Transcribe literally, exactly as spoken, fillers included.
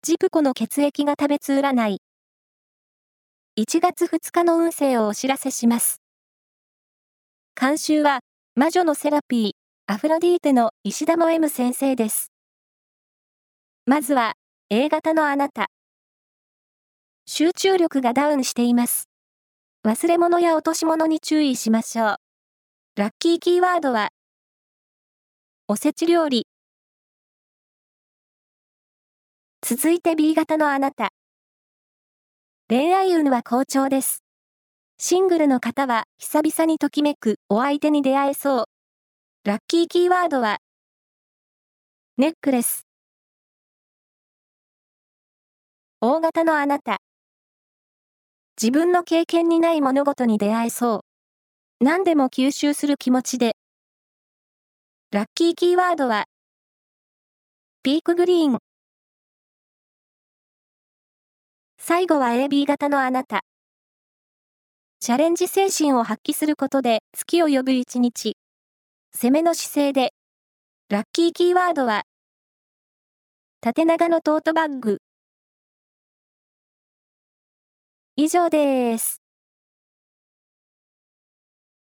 ジプコの血液が食べつ占い。いちがつふつかの運勢をお知らせします。監修は、魔女のセラピー、アフロディーテの石田も M 先生です。まずは、A 型のあなた。集中力がダウンしています。忘れ物や落とし物に注意しましょう。ラッキーキーワードは、おせち料理。続いて B 型のあなた。恋愛運は好調です。シングルの方は久々にときめくお相手に出会えそう。ラッキーキーワードは、ネックレス。O 型のあなた。自分の経験にない物事に出会えそう。何でも吸収する気持ちで。ラッキーキーワードは、ピークグリーン。最後は エービー 型のあなた。チャレンジ精神を発揮することで月を呼ぶ一日。攻めの姿勢で。ラッキーキーワードは、縦長のトートバッグ。以上です。